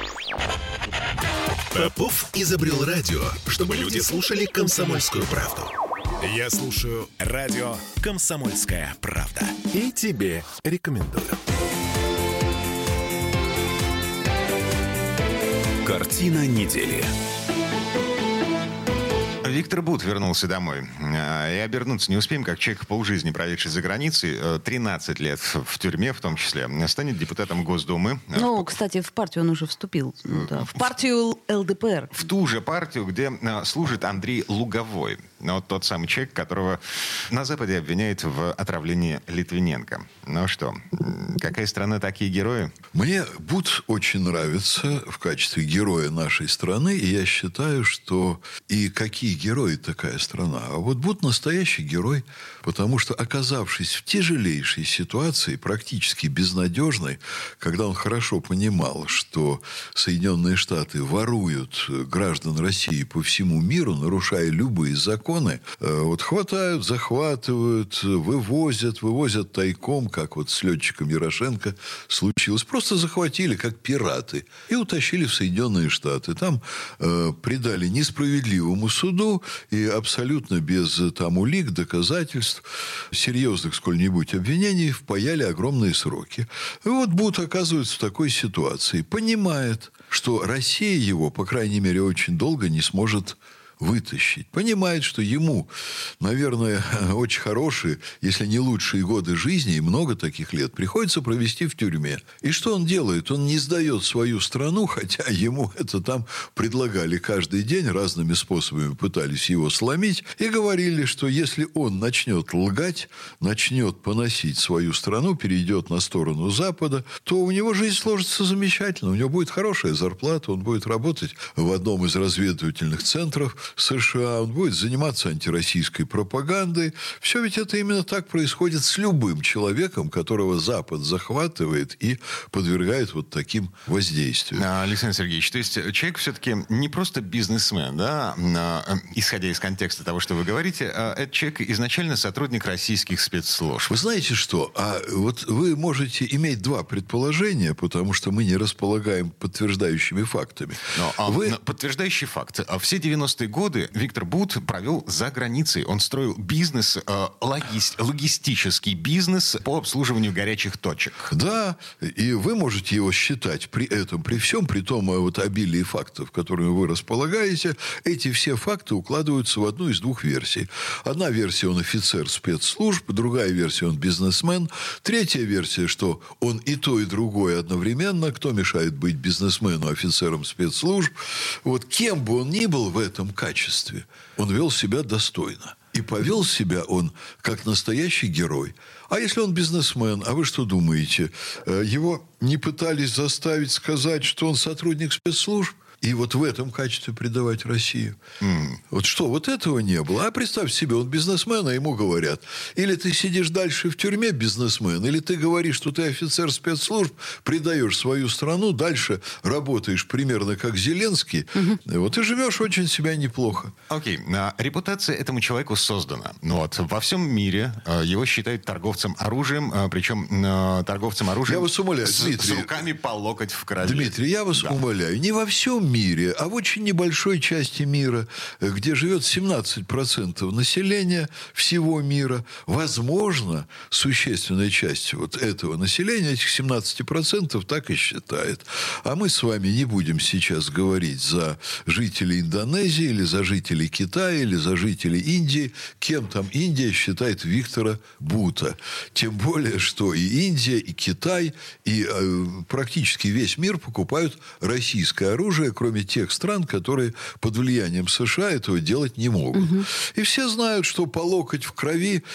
Попов изобрел радио, чтобы люди слушали «Комсомольскую правду». Я слушаю радио «Комсомольская правда». И тебе рекомендую. Картина недели. Виктор Бут вернулся домой. И обернуться не успеем, как человек, полжизни проведший за границей, 13 лет в тюрьме в том числе, станет депутатом Госдумы. Ну, кстати, в партию он уже вступил. Да. В партию ЛДПР. В ту же партию, где служит Андрей Луговой. Вот тот самый человек, которого на Западе обвиняют в отравлении Литвиненко. Ну что, какая страна, такие герои? Мне Бут очень нравится в качестве героя нашей страны. И я считаю, что и какие герои такая страна. А вот Бут настоящий герой, потому что, оказавшись в тяжелейшей ситуации, практически безнадежной, когда он хорошо понимал, что Соединенные Штаты воруют граждан России по всему миру, нарушая любые законы, вот хватают, захватывают, вывозят тайком, как вот с летчиком Ярошенко случилось. Просто захватили, как пираты, и утащили в Соединенные Штаты. Там предали несправедливому суду и абсолютно без там улик, доказательств, серьезных сколь-нибудь обвинений впаяли огромные сроки. И вот Бут оказывается в такой ситуации. Понимает, что Россия его, по крайней мере, очень долго не сможет вытащить. Понимает, что ему, наверное, очень хорошие, если не лучшие годы жизни, и много таких лет, приходится провести в тюрьме. И что он делает? Он не сдает свою страну, хотя ему это там предлагали каждый день, разными способами пытались его сломить, и говорили, что если он начнет лгать, начнет поносить свою страну, перейдет на сторону Запада, то у него жизнь сложится замечательно. У него будет хорошая зарплата, он будет работать в одном из разведывательных центров США, он будет заниматься антироссийской пропагандой. Все ведь это именно так происходит с любым человеком, которого Запад захватывает и подвергает вот таким воздействиям. Александр Сергеевич, то есть человек все-таки не просто бизнесмен, да, исходя из контекста того, что вы говорите, а это человек изначально сотрудник российских спецслужб. Вы знаете что? А вот вы можете иметь два предположения, потому что мы не располагаем подтверждающими фактами. Подтверждающий факт. Все 90-е годы Виктор Бут провел за границей. Он строил бизнес, логистический бизнес по обслуживанию горячих точек. Да, и вы можете его считать при этом, при всем, при том вот обилии фактов, которыми вы располагаете, эти все факты укладываются в одну из двух версий. Одна версия — он офицер спецслужб, другая версия — он бизнесмен, третья версия, что он и то, и другое одновременно. Кто мешает быть бизнесмену, офицером спецслужб? Вот кем бы он ни был в этом качестве, он вел себя достойно. И повел себя он как настоящий герой. А если он бизнесмен, а вы что думаете? Его не пытались заставить сказать, что он сотрудник спецслужб? И вот в этом качестве предавать Россию. Вот что, вот этого не было. А представь себе, он бизнесмен, а ему говорят: или ты сидишь дальше в тюрьме, бизнесмен, или ты говоришь, что ты офицер спецслужб, предаешь свою страну, дальше работаешь примерно как Зеленский, вот и живешь очень себя неплохо. Окей. Репутация этому человеку создана. Вот. Во всем мире его считают торговцем оружием, причем торговцем оружием, я вас умоляю, с руками по локоть в крови. Дмитрий, я вас умоляю, не во всем мире, а в очень небольшой части мира, где живет 17% населения всего мира, возможно, существенная часть вот этого населения, этих 17%, так и считает. А мы с вами не будем сейчас говорить за жителей Индонезии, или за жителей Китая, или за жителей Индии, кем там Индия считает Виктора Бута. Тем более, что и Индия, и Китай, и практически весь мир покупают российское оружие, кроме тех стран, которые под влиянием США этого делать не могут. И все знают, что по локоть в крови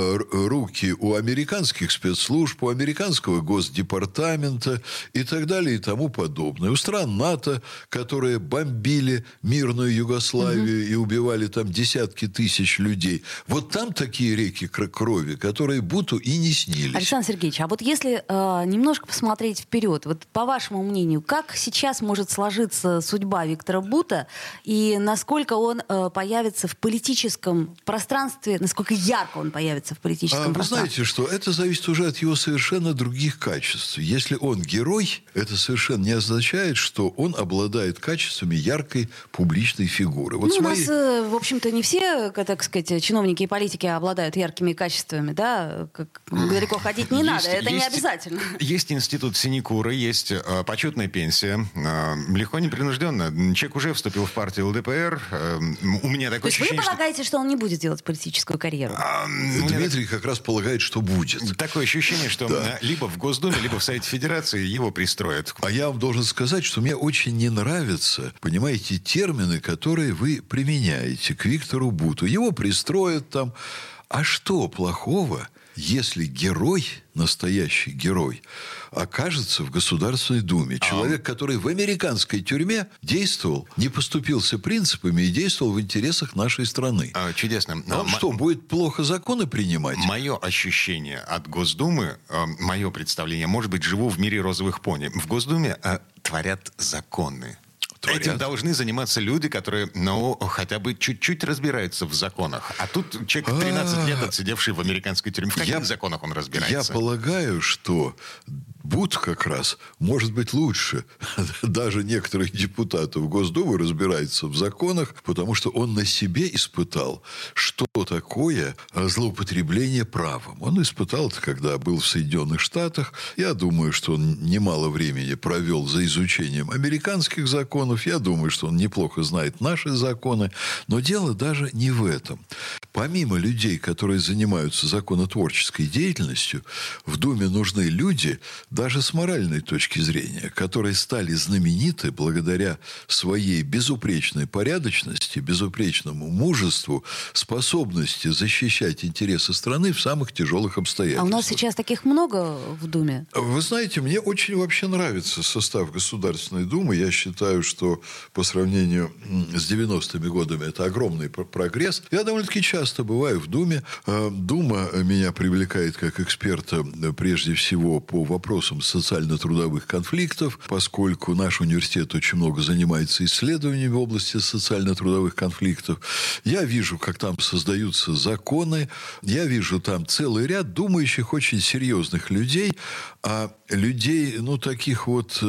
руки у американских спецслужб, у американского госдепартамента и так далее и тому подобное. У стран НАТО, которые бомбили мирную Югославию и убивали там десятки тысяч людей. Вот там такие реки крови, которые Буту и не снились. Александр Сергеевич, а вот если немножко посмотреть вперед, вот по вашему мнению, как сейчас может сложиться судьба Виктора Бута и насколько он появится в политическом пространстве, насколько ярко он появится в политическом пространстве? Вы знаете, что это зависит уже от его совершенно других качеств. Если он герой, это совершенно не означает, что он обладает качествами яркой публичной фигуры. Вот у нас, в общем-то, не все, так сказать, чиновники и политики обладают яркими качествами, да? Далеко ходить не надо, это не обязательно. Есть институт синекуры, есть почетная пенсия. Легко, непринужденно. Человек уже вступил в партию ЛДПР. У меня такое ощущение, вы полагаете, что он не будет делать политическую карьеру? Дмитрий как раз полагает, что будет. Такое ощущение, что либо в Госдуме, либо в Совете Федерации его пристроят. А я вам должен сказать, что мне очень не нравятся, понимаете, термины, которые вы применяете к Виктору Буту. Его пристроят там. А что плохого, если герой, настоящий герой, окажется в Государственной Думе? Человек, который в американской тюрьме действовал, не поступился принципами и действовал в интересах нашей страны. Чудесно. Он что, будет плохо законы принимать? Мое ощущение от Госдумы, мое представление, может быть, живу в мире розовых пони. В Госдуме творят законы. Этим должны заниматься люди, которые, хотя бы чуть-чуть разбираются в законах. А тут человек 13 лет отсидевший в американской тюрьме. В каких законах он разбирается? Я полагаю, что Бут как раз, может быть, лучше даже некоторых депутатов Госдумы разбирается в законах, потому что он на себе испытал, что такое злоупотребление правом. Он испытал это, когда был в Соединенных Штатах. Я думаю, что он немало времени провел за изучением американских законов. Я думаю, что он неплохо знает наши законы. Но дело даже не в этом. Помимо людей, которые занимаются законотворческой деятельностью, в Думе нужны люди, даже с моральной точки зрения, которые стали знамениты благодаря своей безупречной порядочности, безупречному мужеству, способности защищать интересы страны в самых тяжелых обстоятельствах. А у нас сейчас таких много в Думе? Вы знаете, мне очень вообще нравится состав Государственной Думы. Я считаю, что по сравнению с 90-ми годами это огромный прогресс. Я довольно-таки часто бываю в Думе. Дума меня привлекает как эксперта прежде всего по вопросам социально-трудовых конфликтов, поскольку наш университет очень много занимается исследованиями в области социально-трудовых конфликтов. Я вижу, как там создаются законы. Я вижу там целый ряд думающих, очень серьезных людей, а людей, таких вот,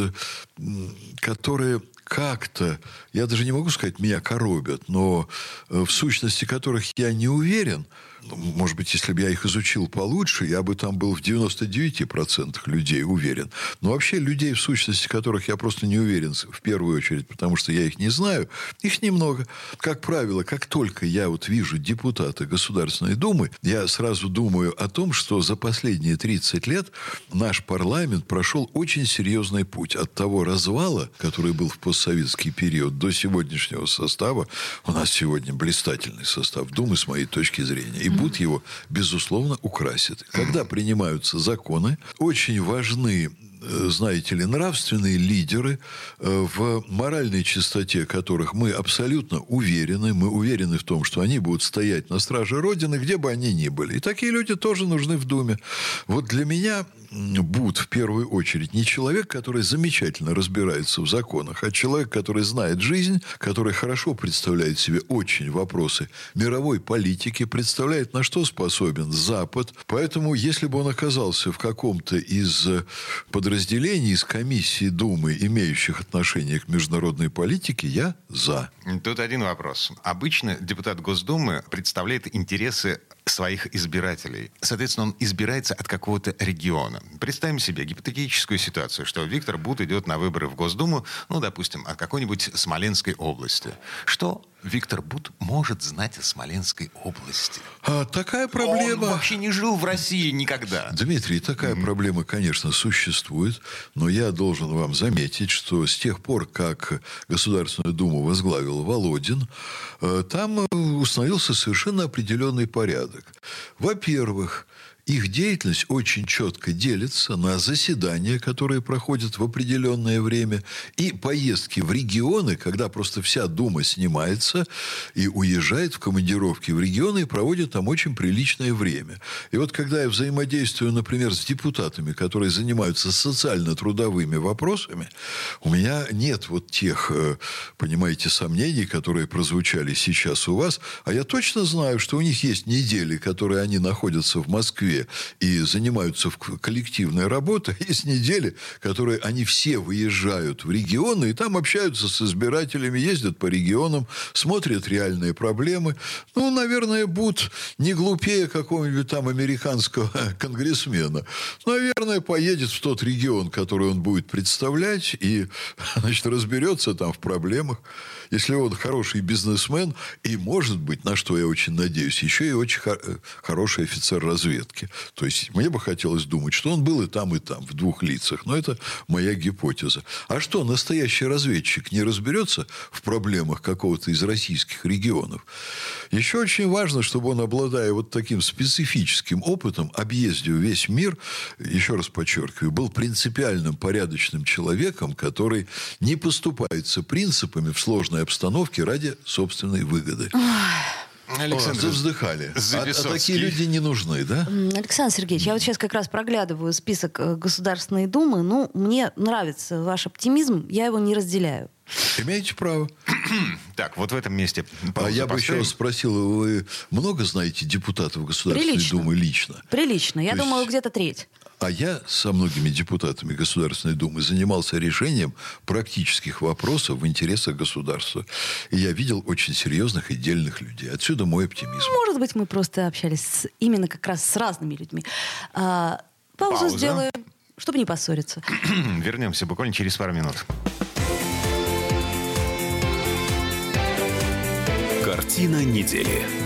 которые как-то, я даже не могу сказать, меня коробят, но в сущности которых я не уверен. Может быть, если бы я их изучил получше, я бы там был в 99% людей уверен. Но вообще людей, в сущности которых я просто не уверен, в первую очередь, потому что я их не знаю, их немного. Как правило, как только я вижу депутата Государственной Думы, я сразу думаю о том, что за последние 30 лет наш парламент прошел очень серьезный путь. От того развала, который был в постсоветский период, до сегодняшнего состава. У нас сегодня блистательный состав Думы, с моей точки зрения. И Бут его, безусловно, украсит. Когда принимаются законы, очень важны, знаете ли, нравственные лидеры, в моральной чистоте которых мы абсолютно уверены. Мы уверены в том, что они будут стоять на страже Родины, где бы они ни были. И такие люди тоже нужны в Думе. Вот для меня Бут, в первую очередь, не человек, который замечательно разбирается в законах, а человек, который знает жизнь, который хорошо представляет себе очень вопросы мировой политики, представляет, на что способен Запад. Поэтому, если бы он оказался в каком-то из подразделений, из комиссии Думы, имеющих отношение к международной политике, я за. Тут один вопрос. Обычно депутат Госдумы представляет интересы своих избирателей. Соответственно, он избирается от какого-то региона. Представим себе гипотетическую ситуацию, что Виктор Бут идет на выборы в Госдуму, допустим, от какой-нибудь Смоленской области. Что Виктор Бут может знать о Смоленской области? Такая проблема... Он вообще не жил в России никогда. Дмитрий, такая проблема, конечно, существует, но я должен вам заметить, что с тех пор, как Государственную Думу возглавил Володин, там установился совершенно определенный порядок. Во-первых, их деятельность очень четко делится на заседания, которые проходят в определенное время, и поездки в регионы, когда просто вся Дума снимается и уезжает в командировки в регионы и проводит там очень приличное время. И вот когда я взаимодействую, например, с депутатами, которые занимаются социально-трудовыми вопросами, у меня нет вот тех, понимаете, сомнений, которые прозвучали сейчас у вас, а я точно знаю, что у них есть недели, которые они находятся в Москве и занимаются коллективной работой, есть недели, которые они все выезжают в регионы и там общаются с избирателями, ездят по регионам, смотрят реальные проблемы. Ну, наверное, будут не глупее какого-нибудь там американского конгрессмена. Наверное, поедет в тот регион, который он будет представлять, и, значит, разберется там в проблемах. Если он хороший бизнесмен и, может быть, на что я очень надеюсь, еще и очень хороший офицер разведки. То есть мне бы хотелось думать, что он был и там, в двух лицах. Но это моя гипотеза. А что, настоящий разведчик не разберется в проблемах какого-то из российских регионов? Еще очень важно, чтобы он, обладая вот таким специфическим опытом, объездив весь мир, еще раз подчеркиваю, был принципиальным, порядочным человеком, который не поступается принципами в сложной обстановке ради собственной выгоды. Александр, завздыхали. А такие люди не нужны, да? Александр Сергеевич, я вот сейчас как раз проглядываю список Государственной Думы. Ну, мне нравится ваш оптимизм, я его не разделяю. Имеете право. Так, вот в этом месте... А я бы еще раз спросил, вы много знаете депутатов Государственной Думы лично? Прилично. Я думаю, где-то треть. А я со многими депутатами Государственной Думы занимался решением практических вопросов в интересах государства. И я видел очень серьезных и дельных людей. Отсюда мой оптимизм. Может быть, мы просто общались именно как раз с разными людьми. Паузу сделаем, чтобы не поссориться. Вернемся буквально через пару минут. Картина недели.